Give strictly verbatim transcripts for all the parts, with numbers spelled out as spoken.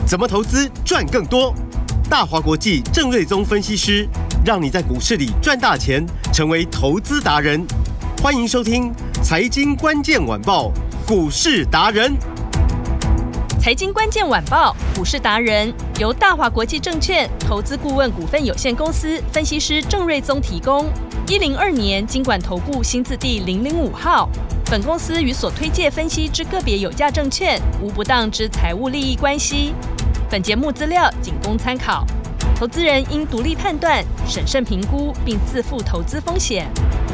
怎么投资赚更多？大华国际郑瑞宗分析师，让你在股市里赚大钱，成为投资达人。欢迎收听《财经关键晚报》股市达人。 财经关键晚报股市达人由大华国际证券投资顾问股份有限公司分析师郑瑞宗提供。一零二年金管投顾新字第零零五号。本公司与所推介分析之个别有价证券无不当之财务利益关系。本节目资料仅供参考，投资人应独立判断、审慎评估，并自负投资风险。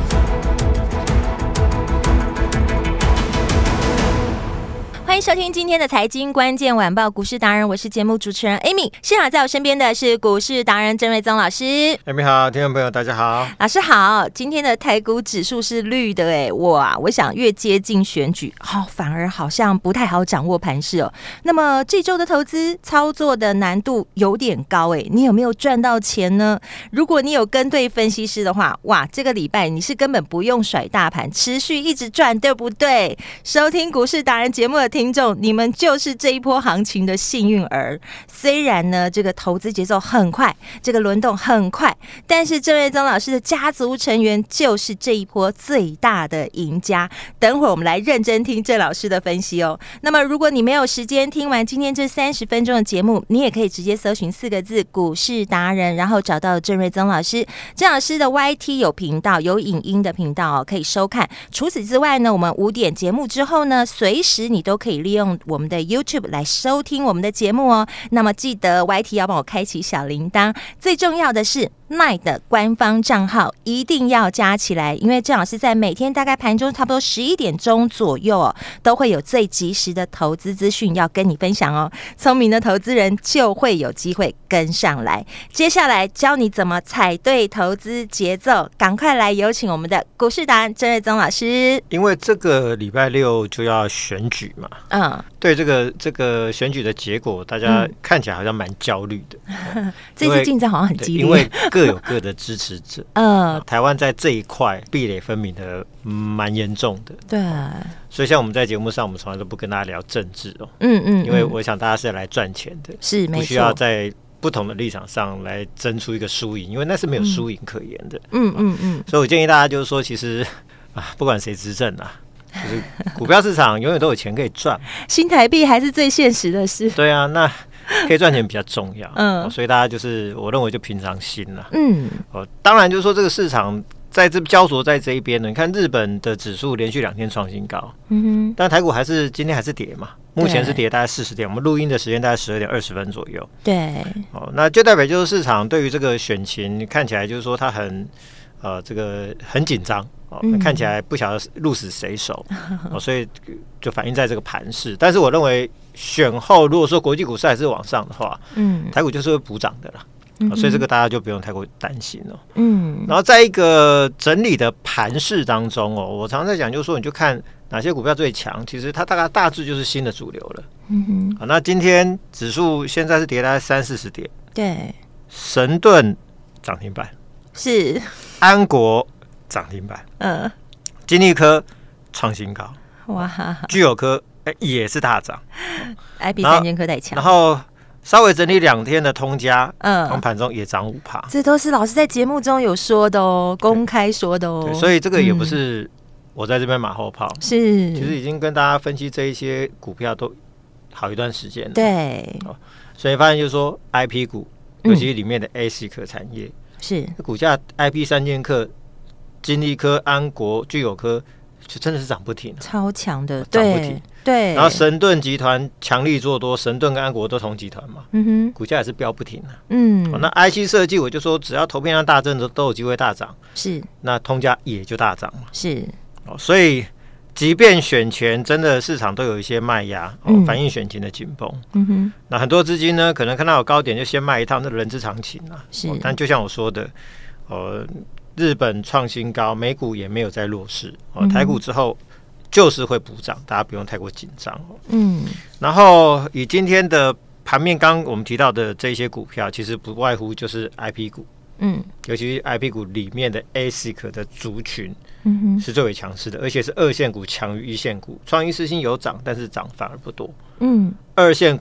欢迎收听今天的财经关键晚报股市达人，我是节目主持人 Amy。现场在我身边的是股市达人郑瑞宗老师。 Amy 好，听众朋友大家好。 老师好。今天的台股指数是绿的哎，哇，我想越接近选举，哦，反而好像不太好掌握盘势哦。那么这周的投资操作的难度有点高哎，你有没有赚到钱呢？如果你有跟对分析师的话，哇，这个礼拜你是根本不用甩大盘，持续一直赚，对不对？收听股市达人节目的听众，你们就是这一波行情的幸运儿。虽然呢，这个投资节奏很快，这个轮动很快，但是郑瑞宗老师的家族成员就是这一波最大的赢家。等会儿我们来认真听郑老师的分析哦。那么，如果你没有时间听完今天这三十分钟的节目，你也可以直接搜寻四个字“股市达人”，然后找到郑瑞宗老师。郑老师的 Y T 有频道，有影音的频道哦，可以收看。除此之外呢，我们五点节目之后呢，随时你都可以利用我们的 YouTube 来收听我们的节目哦。那么记得 Y T 要帮我开启小铃铛，最重要的是 LINE 的官方账号一定要加起来，因为郑老师在每天大概盘中差不多十一点钟左右哦，都会有最及时的投资资讯要跟你分享哦。聪明的投资人就会有机会跟上来。接下来教你怎么踩对投资节奏，赶快来有请我们的股市达人郑瑞宗老师。 因为这个礼拜六就要选举嘛，嗯，对这个这个选举的结果，大家看起来好像蛮焦虑的。嗯、 这次竞争好像很激烈， 因为各有各的支持者。嗯，台湾在这一块壁垒分明的蛮严重的。 对， 所以像我们在节目上，我们从来都不跟大家聊政治哦。嗯嗯，因为我想大家是来赚钱的， 是不需要在不同的立场上来争出一个输赢，因为那是没有输赢可言的。嗯嗯嗯，所以我建议大家就是说，其实啊，不管谁执政啊。就是股票市场永远都有钱可以赚， 新台币还是最现实的事。 对啊，那可以赚钱比较重要。嗯、哦，所以大家就是我认为就平常心了。嗯，哦，当然就是说这个市场在这焦灼在这一边呢。你看日本的指数连续两天创新高，嗯哼，但台股还是今天还是跌嘛，目前是跌大概四十点，我们录音的时间大概十二点二十分左右。 对， 哦，那就代表就是市场对于这个选情看起来就是说它很呃这个很紧张。哦、嗯，看起来不晓得鹿死谁手、哦，所以就反映在这个盘势。但是我认为选后如果说国际股市还是往上的话，嗯，台股就是会补涨的啦、嗯哦，所以这个大家就不用太过担心了。嗯，然后在一个整理的盘势当中哦，我常常在讲，就是说你就看哪些股票最强，其实它大概大致就是新的主流了。嗯哼，好、哦，那今天指数现在是跌大概三四十点， 对， 神盾涨停板是安国。涨停板，嗯，金利科创新高，哇，聚友科、欸、也是大涨 ，I B 三千科太强， 然后稍微整理两天的通家，嗯，从盘中也涨五趴， 这都是老师在节目中有说的哦，公开说的哦， 对，所以这个也不是我在这边马后炮，嗯、 是， 其实已经跟大家分析这一些股票都好一段时间了， 对， 哦，所以发现就是说 I P 股，尤其是里面的 A C 科产业， 是股价 I P 三剑客。金利科、安国、聚友科，就真的是涨不停， 超强的， 涨不停。 对， 然后神盾集团强力做多，神盾跟安国都同集团嘛，嗯哼，股价也是飙不停的。嗯、哦，那 I C 设计我就说，只要投片量大增的都有机会大涨， 是。 那通家也就大涨嘛， 是。 哦，所以即便选前真的市场都有一些卖压，哦嗯、反映选情的紧绷。嗯哼，那很多资金呢，可能看到有高点就先卖一趟，那人之常情啊。是、哦。但就像我说的，呃。日本创新高，美股也没有在弱势、哦、台股之后就是会补涨，大家不用太过紧张、哦、嗯。然后以今天的盘面，刚我们提到的这些股票，其实不外乎就是 I P 股，嗯，尤其是 I P 股里面的 A S I C 的族群，嗯，是最为强势的，而且是二线股强于一线股。创意世芯有涨，但是涨反而不多，嗯，二线股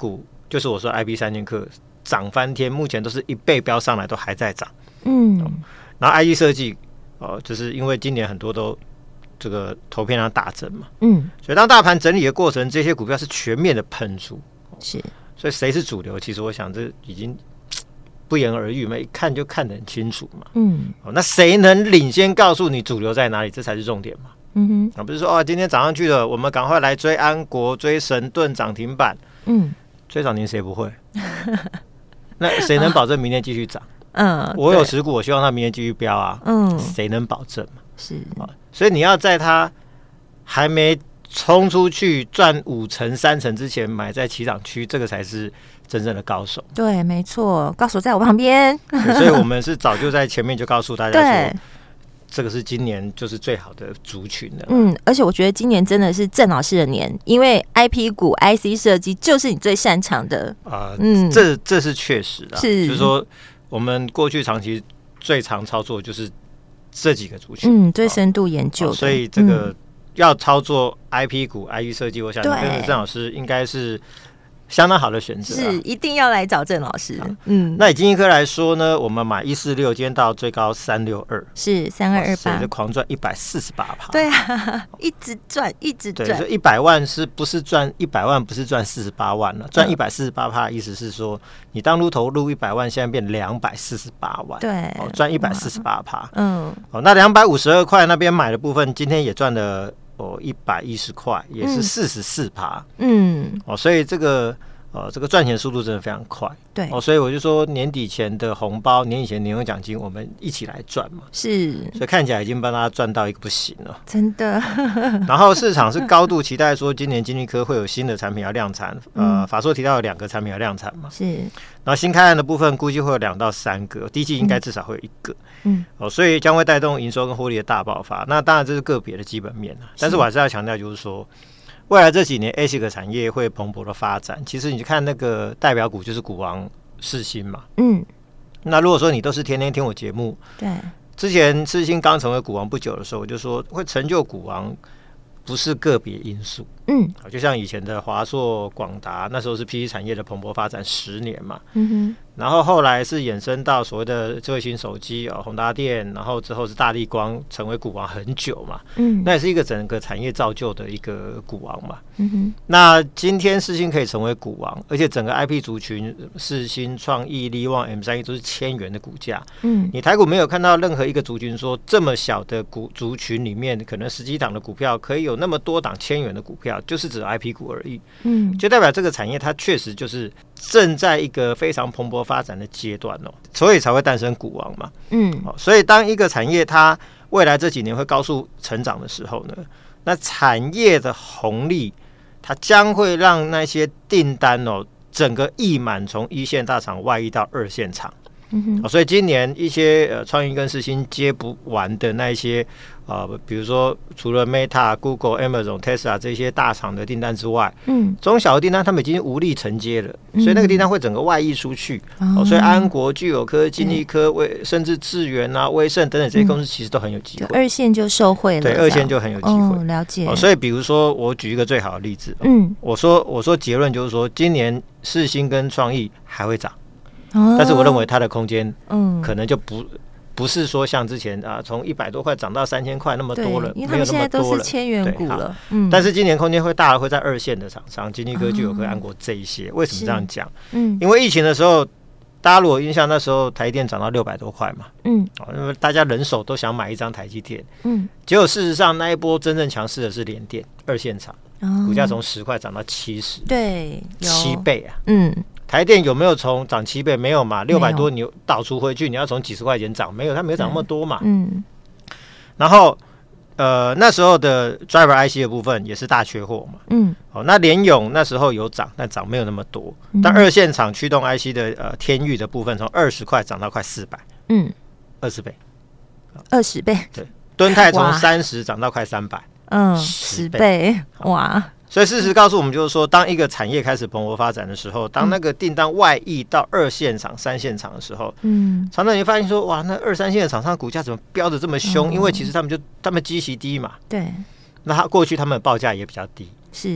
就是我说 I P 三剑客涨翻天，目前都是一倍飙上来，都还在涨。 嗯， 哦、然后 I P 设计哦，就是因为今年很多都这个投片量大增嘛，嗯，所以当大盘整理的过程，这些股票是全面的喷出， 是， 所以谁是主流，其实我想这已经不言而喻嘛，一看就看得很清楚嘛，嗯，哦，那谁能领先告诉你主流在哪里，这才是重点嘛，嗯哼，啊，不是说哦，今天涨上去了，我们赶快来追安国、追神盾涨停板，嗯，追涨停谁不会？那谁能保证明天继续涨？嗯，我有持股，我希望它明天继续飙啊，嗯，谁能保证嘛？ 是啊，所以你要在它还没冲出去赚五成、三成之前买在起涨区，这个才是真正的高手。 对，没错，高手在我旁边。 所以我们是早就在前面就告诉大家说，这个是今年就是最好的族群的。 嗯，而且我觉得今年真的是郑老师的年，因为 I P 股、I C 设计就是你最擅长的啊、呃。嗯，这这是确实的，是就是说我们过去长期最常操作就是这几个族群， 嗯，最深度研究的、 哦，所以这个要操作 I P 股、I P 设计，我想你跟着郑老师应该是相当好的选择、啊， 是一定要来找郑老师。嗯， 那以金一科来说呢，我们买一四六，今天到最高三六二， 是三二二八， 就狂赚一百四十八趴。 对啊，一直赚，一直赚。 对，所以一百万是不是赚一百万？不是赚四十八万了，赚一百四十八趴，意思是说你当初投入一百万，现在变两百四十八万， 对， 哦，赚一百四十八趴。嗯，哦，那两百五十二块那边买的部分，今天也赚了哦一百一十块，也是四十四趴。嗯，哦，所以这个。呃，这个赚钱速度真的非常快， 对哦，所以我就说年底前的红包、年底前年终奖金，我们一起来赚嘛， 是， 所以看起来已经帮大家赚到一个不行了， 真的。 然后市场是高度期待说，今年金立科会有新的产品要量产，呃，法说提到有两个产品要量产嘛， 是， 然后新开案的部分估计会有两到三个，第一季应该至少会有一个，嗯，哦，所以将会带动营收跟获利的大爆发。那当然这是个别的基本面啊，但是我还是要强调，就是说。未来这几年 A 系 的产业会蓬勃的发展，其实你看那个代表股就是股王世芯嘛，嗯，那如果说你都是天天听我节目， 对， 之前世芯刚成为股王不久的时候，我就说会成就股王不是个别因素，嗯，就像以前的华硕、广达，那时候是 P C 产业的蓬勃发展十年嘛，嗯哼，然后后来是衍生到所谓的智慧型手机啊，宏达电，然后之后是大立光成为股王很久嘛，嗯，那也是一个整个产业造就的一个股王嘛，嗯哼，那今天世芯可以成为股王，而且整个 I P 族群，世芯、创意、力旺、M 三 一都是千元的股价，嗯，你台股没有看到任何一个族群说这么小的股族群里面，可能十几档的股票可以有那么多档千元的股票，就是指 I P 股而已，嗯，就代表这个产业它确实就是正在一个非常蓬勃发展的阶段哦，所以才会诞生股王嘛，嗯，哦，所以当一个产业它未来这几年会高速成长的时候呢，那产业的红利它将会让那些订单哦整个溢满从一线大厂外溢到二线厂。嗯哦、所以今年一些呃创意跟世芯接不完的那一些呃，比如说除了 Meta、Google、Amazon、Tesla 这些大厂的订单之外，嗯，中小的订单他们已经无力承接了，嗯、所以那个订单会整个外溢出去。哦哦、所以安国、聚友科、金立科、威甚至智原啊、威盛等等这些公司其实都很有机会， 二线就受惠了， 对，二线就很有机会。 哦、了解、 哦。所以比如说我举一个最好的例子，嗯，我说我说结论就是说，今年世芯跟创意还会涨。但是我认为它的空间，嗯，可能就不不是说像之前啊，从一百多块涨到三千块那么多了， 因为他们现在都是千元股了， 嗯。但是今年空间会大的会在二线的厂商，金立科、聚友科、安国这一些。为什么这样讲？嗯，因为疫情的时候，大家如果印象那时候台积电涨到六百多块嘛，嗯，因为大家人手都想买一张台积电，嗯，结果事实上那一波真正强势的是联电二线厂，股价从十块涨到七十， 对， 七倍啊，嗯。台电有没有从涨七倍？没有嘛，六百多你倒除回去，你要从几十块钱涨，没有，它没有涨那么多嘛。嗯。然后，呃，那时候的 driver I C 的部分也是大缺货嘛。嗯。好、哦，那联咏那时候有涨，但涨没有那么多。嗯、但二线厂驱动 I C 的呃天钰的部分，从二十块涨到快四百。嗯。二十倍。 二十倍。 对。敦泰从三十涨到快三百。 嗯，十倍。哇。 所以事实告诉我们，就是说，当一个产业开始蓬勃发展的时候，当那个订单外溢到二线厂、三线厂的时候，嗯，常常你会发现说，哇，那二三线的厂商股价怎么飙得这么凶？哦、因为其实他们就他们基期低嘛， 对， 那他过去他们的报价也比较低， 是，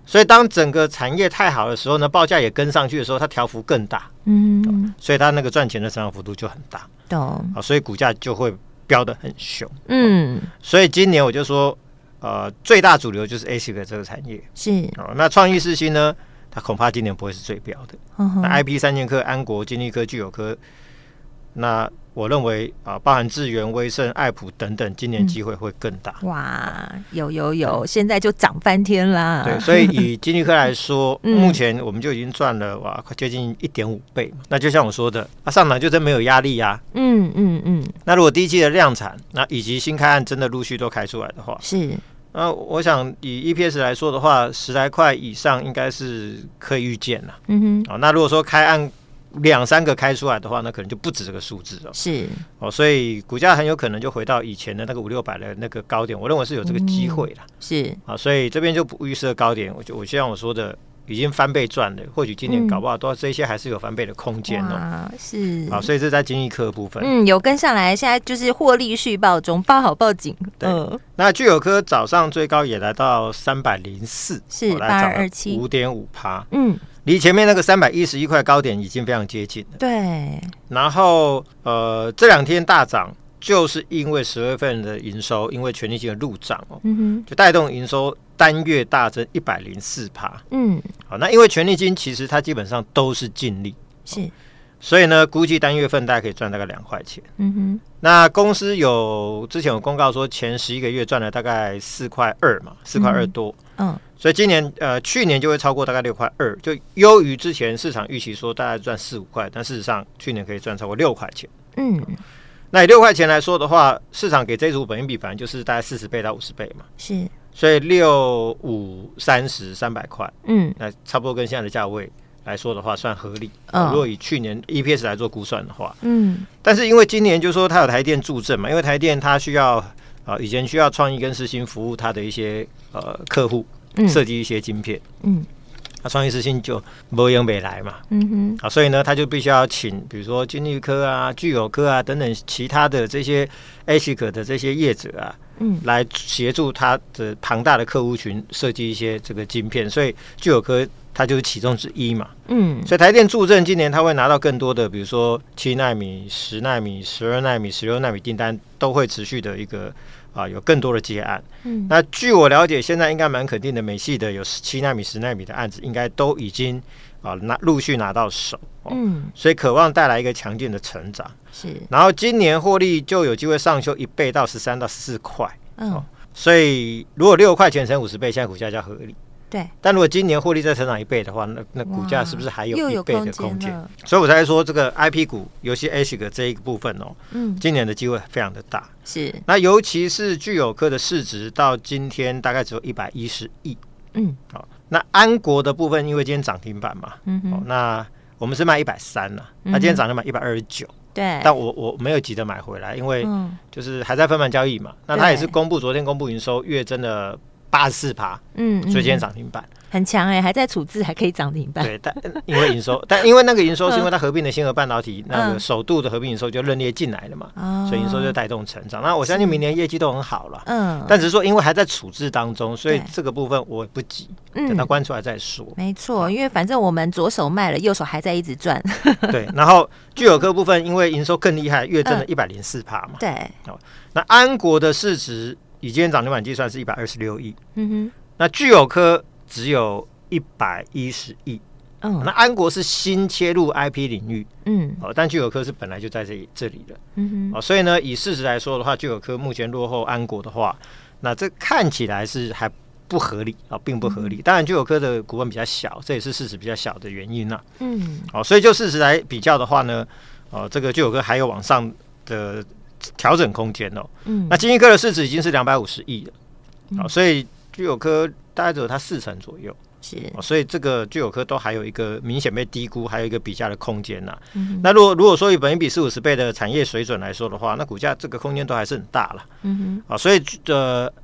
所以当整个产业太好的时候呢，报价也跟上去的时候，它调幅更大，嗯，所以它那个赚钱的成长幅度就很大，懂，所以股价就会飙得很凶，嗯，所以今年我就说，呃，最大主流就是 A S I C 这个产业是，哦，那创意世新呢，它恐怕今年不会是最飙的，嗯、那 I P 三剑客、安国、金利科、聚友科，那我认为啊，包含智源、威盛、爱普等等，今年机会会更大。 嗯、哇，有有有，现在就涨翻天啦！ 对，所以以金利科来说，嗯、目前我们就已经赚了哇，快接近一点五倍嘛。那就像我说的，它、啊、上涨就真没有压力呀、啊。嗯嗯嗯。那如果第一季的量产，那以及新开案真的陆续都开出来的话，是。那我想以 E P S 来说的话，十来块以上应该是可以预见了。嗯哼。好、哦，那如果说开案两三个开出来的话，那可能就不止这个数字哦。是哦，所以股价很有可能就回到以前的那个五六百的那个高点，我认为是有这个机会啦。嗯、是啊，所以这边就不预设高点，我就我像我说的，已经翻倍赚了，或许今年搞不好都这些还是有翻倍的空间哦。是啊，所以这在金利科的部分， 嗯，有跟上来，现在就是获利续报中，报好报紧。 对，嗯、那聚友科早上最高也来到三百零四， 是八二二七， 五点五趴。嗯。离前面那个三百一十一块高点已经非常接近了。 对， 然后呃这两天大涨，就是因为十月份的营收，因为权利金的入账哦，嗯哼，就带动营收单月大增一百零四趴。嗯，好，那因为权利金其实它基本上都是净利，是，哦、所以呢，估计单月份大概可以赚大概两块钱。嗯哼，那公司有之前有公告说，前十一个月赚了大概四块二嘛，四块二多。嗯。嗯，所以今年呃去年就会超过大概六块二，就优于之前市场预期说大概赚四五块，但事实上去年可以赚超过六块钱。嗯，那以六块钱来说的话，市场给这一组本益比本来就是大概四十倍到五十倍嘛，是，所以六五三十三百块，嗯，那差不多跟现在的价位来说的话算合理。哦、如果以去年 E P S 来做估算的话，嗯，但是因为今年就说它有台电助阵嘛，因为台电它需要。啊，以前需要创意跟世新服务它的一些呃客户，设计一些晶片，嗯，那创意世新就没用没来嘛，嗯哼，啊，所以呢，他就必须要请，比如说金利科啊、聚友科啊等等其他的这些 A S I C 的这些业者啊，嗯，来协助他的庞大的客户群设计一些这个晶片，所以聚友科它就是其中之一嘛，嗯，所以台电助阵今年他会拿到更多的，比如说七奈米、十奈米、十二奈米、十六奈米订单都会持续的一个。啊，有更多的接案。嗯，那据我了解，现在应该蛮肯定的，美系的有七奈米、十奈米的案子，应该都已经啊拿陆续拿到手。哦、嗯，所以渴望带来一个强劲的成长。是，然后今年获利就有机会上修一倍到十三到十四块。嗯、哦，所以如果六块钱乘五十倍，现在股价叫合理。对，但如果今年获利再成长一倍的话，那那股价是不是还有一倍的空间？所以我才说这个 I P 股，尤其 A S I C 这一个部分哦，嗯，今年的机会非常的大。是，那尤其是聚友科的市值到今天大概只有一百一十亿。嗯，好、哦，那安国的部分，因为今天涨停板嘛，嗯哼，哦、那我们是卖一百三了，那今天涨停板一百二十九。对，但我我没有急着买回来，因为就是还在分盘交易嘛。那它也是公布昨天公布营收，月增了八十四趴，嗯，所以今天涨停板很强哎、欸，还在处置还可以涨停板。 对，但因为营收，但因为那个营收是因为它合并的星河半导体、嗯、那个首度的合并营收就认列进来了嘛，嗯、所以营收就带动成长。那我相信明年业绩都很好了，嗯，但只是说因为还在处置当中，所以这个部分我不急，等它关出来再说。 没错，因为反正我们左手卖了，右手还在一直赚。 对，然后聚友科部分因为营收更厉害，月增了一百零四趴嘛，嗯、对。那安国的市值以今天涨停板计算是一百二十六亿，嗯哼。那聚友科只有一百一十亿，嗯，那安国是新切入 I P 领域，嗯，哦，但聚友科是本来就在这里这里的，嗯哼，哦，所以呢，以市值来说的话，聚友科目前落后安国的话，那这看起来是还不合理啊、哦，并不合理。嗯、当然，聚友科的股本比较小，这也是市值比较小的原因呐、啊，嗯，哦，所以就市值来比较的话呢，哦，这个聚友科还有往上的调整空间哦，嗯，那金利科的市值已经是两百五十亿了，好、嗯哦，所以聚友科大概只有它四成左右，是、哦，所以这个聚友科都还有一个明显被低估，还有一个比价的空间呐、啊。嗯、那如果如果说以本益比四五十倍的产业水准来说的话，那股价这个空间都还是很大了。嗯哼，啊、哦，所以呃，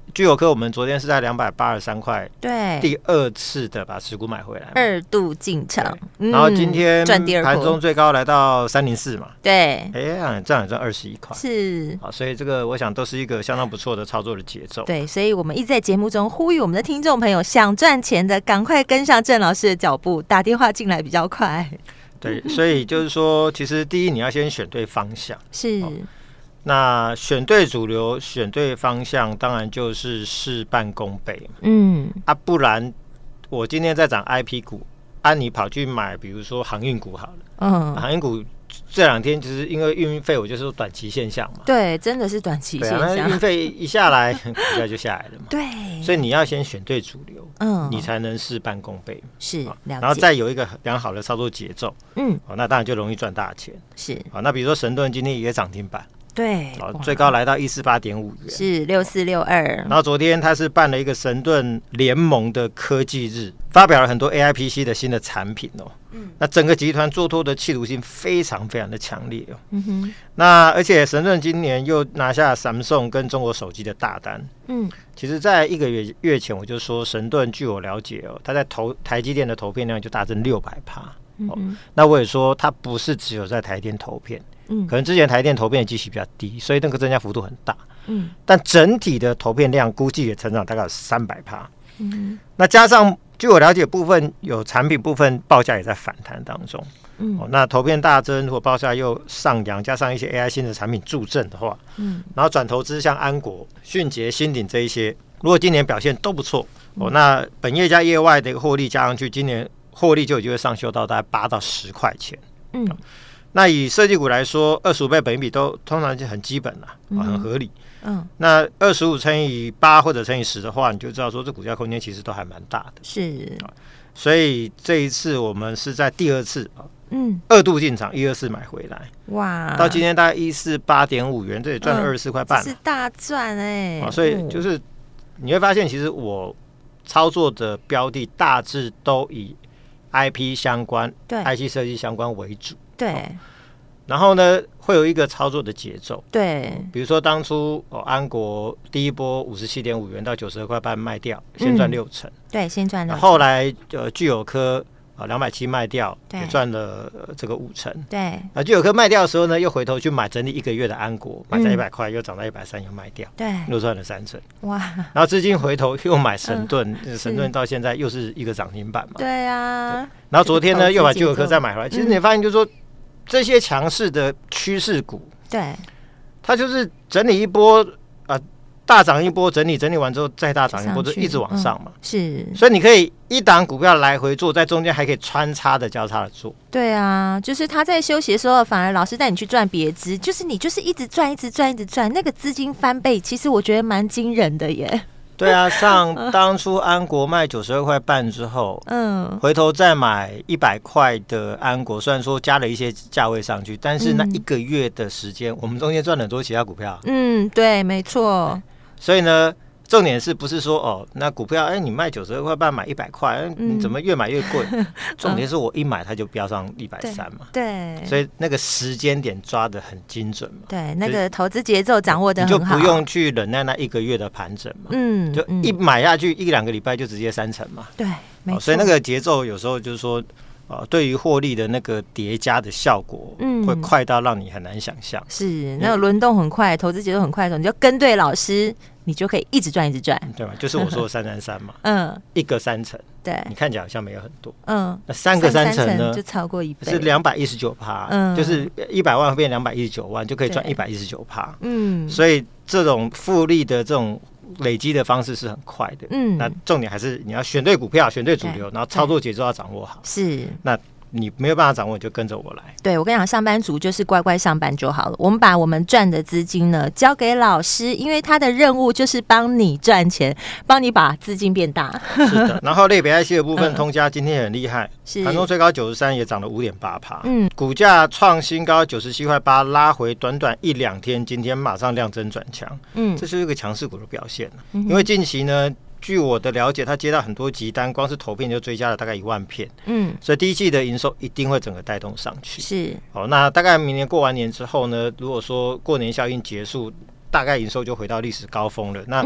聚友科我们昨天是在两百八十三块， 对， 第二次的把持股买回来， 二度进场， 嗯、然后今天盘中最高来到三零四嘛， 对， 哎呀，这样也赚二十一块， 是， 好，所以这个我想都是一个相当不错的操作的节奏。 对，所以我们一直在节目中呼吁我们的听众朋友，想赚钱的赶快跟上郑老师的脚步，打电话进来比较快。 对，所以就是说，其实第一你要先选对方向， 是。哦， 那选对主流，选对方向，当然就是事半功倍。 嗯啊，不然我今天在涨 I P 股，啊，你跑去买，比如说航运股好了，嗯，航运股这两天就是因为运费，我就是说短期现象嘛。 对，真的是短期现象。 对啊，那运费一下来，股价就下来了嘛。 对， 所以你要先选对主流，嗯，你才能事半功倍。 是， 然后再有一个良好的操作节奏，嗯，哦，那当然就容易赚大钱。 是， 好，那比如说神盾今天也涨停板。 对， 最高来到一四八点五元， 是六四六二。 然后昨天他是办了一个神盾联盟的科技日，发表了很多 A I P C 的新的产品哦。嗯，那整个集团做多的企图心非常非常的强烈哦。嗯哼，那而且神盾今年又拿下 Samsung 跟中国手机的大单。嗯，其实在一个月月前我就说神盾，据我了解哦，他在投台积电的投片量就大增六百趴。哦，那我也说它不是只有在台电投片。嗯，可能之前台电投片的基期比较低，所以那个增加幅度很大。嗯，但整体的投片量估计也成长大概有三百趴。嗯，那加上据我了解，部分有产品部分报价也在反弹当中。嗯，哦，那投片大增，如果报价又上扬，加上一些 A I 新的产品助阵的话，嗯，然后转投资像安国、迅捷、新鼎这一些，如果今年表现都不错，哦，那本业加业外的一个获利加上去，今年获利就有机会上修到大概八到十块钱。嗯。那以设计股来说，二十五倍本益比都通常就很基本了，嗯，很合理。嗯，那二十五乘以八或者乘以十的话，你就知道说这股价空间其实都还蛮大的。 是， 所以这一次我们是在第二次啊，嗯，二度进场，一二四买回来，哇，到今天大概一四八点五元，这也赚了二十四块半， 是大赚哎。 所以就是你会发现，其实我操作的标的大致都以 I P 相关、对 I C 设计相关为主。 对，哦， 然后呢，会有一个操作的节奏。 对， 比如说当初哦，安国第一波五十七点五元到九十二块半卖掉，先赚六成。 嗯，对，先赚六成。 后来呃，聚友科啊两百七卖掉，也赚了，呃、这个五成。 对， 啊，聚友科卖掉的时候呢，又回头去买整理一个月的安国，买在一百块，又涨到一百三，又卖掉， 对， 又赚了三成。 哇！ 然后资金回头又买神盾，嗯，神盾到现在又是一个涨停板嘛。 对啊。对， 然后昨天呢，又把聚友科再买回来。其实你发现就是说，这些强势的趋势股， 对， 它就是整理一波啊，呃，大涨一波，整理整理完之后再大涨一波，就一直往上嘛。 嗯，是， 所以你可以一档股票来回做，在中间还可以穿插的交叉的做。 对啊，就是他在休息的时候，反而老师带你去赚别支，就是你就是一直赚，一直赚，一直赚，那个资金翻倍，其实我觉得蛮惊人的耶。 对啊，像当初安国卖九十二块半之后，嗯，回头再买一百块的安国，虽然说加了一些价位上去，但是那一个月的时间，嗯，我们中间赚了很多其他股票。 嗯，对，没错。 所以呢，重点是不是说哦，那股票哎，你卖九十二块半买一百块，嗯，你怎么越买越贵？重点是我一买它就飙上一百三嘛。 对， 所以那个时间点抓得很精准嘛。 对，那个投资节奏掌握得很好， 你就不用去忍耐那一个月的盘整嘛。嗯，就一买下去一两个礼拜就直接三成嘛。 对，没错。 哦，所以那个节奏有时候就是说，呃，对于获利的那个叠加的效果，嗯，会快到让你很难想象。 是，那个轮动很快，投资节奏很快的时候，你就跟对老师。你就可以一直赚一直赚， 对吧？就是我说的三三三嘛，嗯，一个三成， 对， 你看起来好像没有很多，嗯，那三个三成呢， 就超过一倍， 是两百一十九趴，嗯，就是一百万变两百一十九万，就可以赚一百一十九趴，嗯，所以这种复利的这种累积的方式是很快的，嗯，那重点还是你要选对股票，选对主流，然后操作节奏要掌握好， 是那。你没有办法掌握，你就跟着我来。 对，我跟你讲，上班族就是乖乖上班就好了。我们把我们赚的资金呢交给老师，因为他的任务就是帮你赚钱，帮你把资金变大。 是的。然后类别 I C 的部分，通家今天也很厉害，是盘中最高九十三，也涨了五点八趴。嗯，股价创新高九十七块八，拉回短短一两天，今天马上量增转强。嗯，这就是一个强势股的表现。嗯，因为近期呢。据我的了解，他接到很多急单，光是投片就追加了大概一万片，嗯，所以第一季的营收一定会整个带动上去。 是， 好，那大概明年过完年之后呢，如果说过年效应结束，大概营收就回到历史高峰了。那、嗯、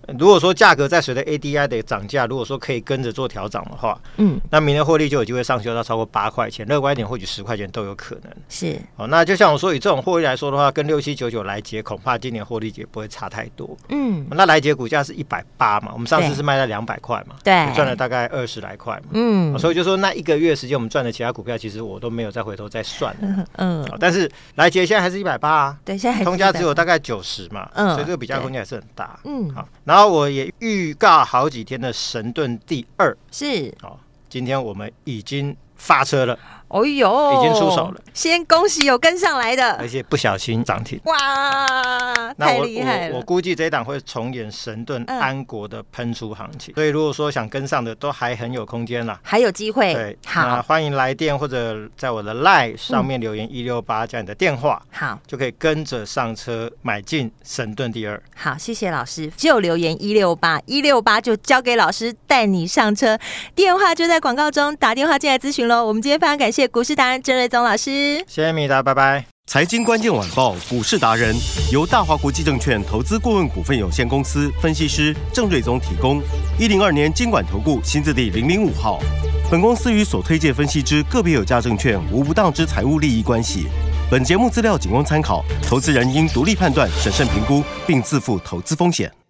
如果说价格在随着 A D I 的涨价，如果说可以跟着做调涨的话，嗯，那明年获利就有机会上修到超过八块钱，乐观一点或许十块钱都有可能。 是， 哦，那就像我说，以这种获利来说的话，跟六七九九来捷恐怕今年获利也不会差太多。嗯，那来捷股价是一百八嘛，我们上次是卖在两百块嘛，对，赚了大概二十来块嘛。嗯、哦，所以就说那一个月时间我们赚的其他股票，其实我都没有再回头再算了。嗯，嗯哦、但是来捷现在还是一百八啊， 对，现在还是通家只有大概九十嘛，嗯，所以这个比较空间还是很大。嗯，好，然后我也预告好几天的神盾第二是， 好，今天我们已经发车了。 哦呦， 已经出手了， 先恭喜有跟上来的， 而且不小心涨停， 哇，太厉害了！ 我, 我, 我估计这一档会重演神盾安国的喷出行情，嗯、所以如果说想跟上的，都还很有空间啦， 还有机会。 对，好，欢迎来电或者在我的 LINE 上面留言一六八加你的电话，好，就可以跟着上车买进神盾第二。 好，谢谢老师，就留言一六八一六八就交给老师带你上车，电话就在广告中，打电话进来咨询喽。我们今天非常感谢。谢谢股市达人郑瑞宗老师， 谢谢米达，拜拜。 财经关键晚报股市达人由大华国际证券投资顾问股份有限公司分析师郑瑞宗提供。一零二年金管投顾新字第零零五号。本公司与所推介分析之个别有价证券无不当之财务利益关系。本节目资料仅供参考，投资人应独立判断、审慎评估，并自负投资风险。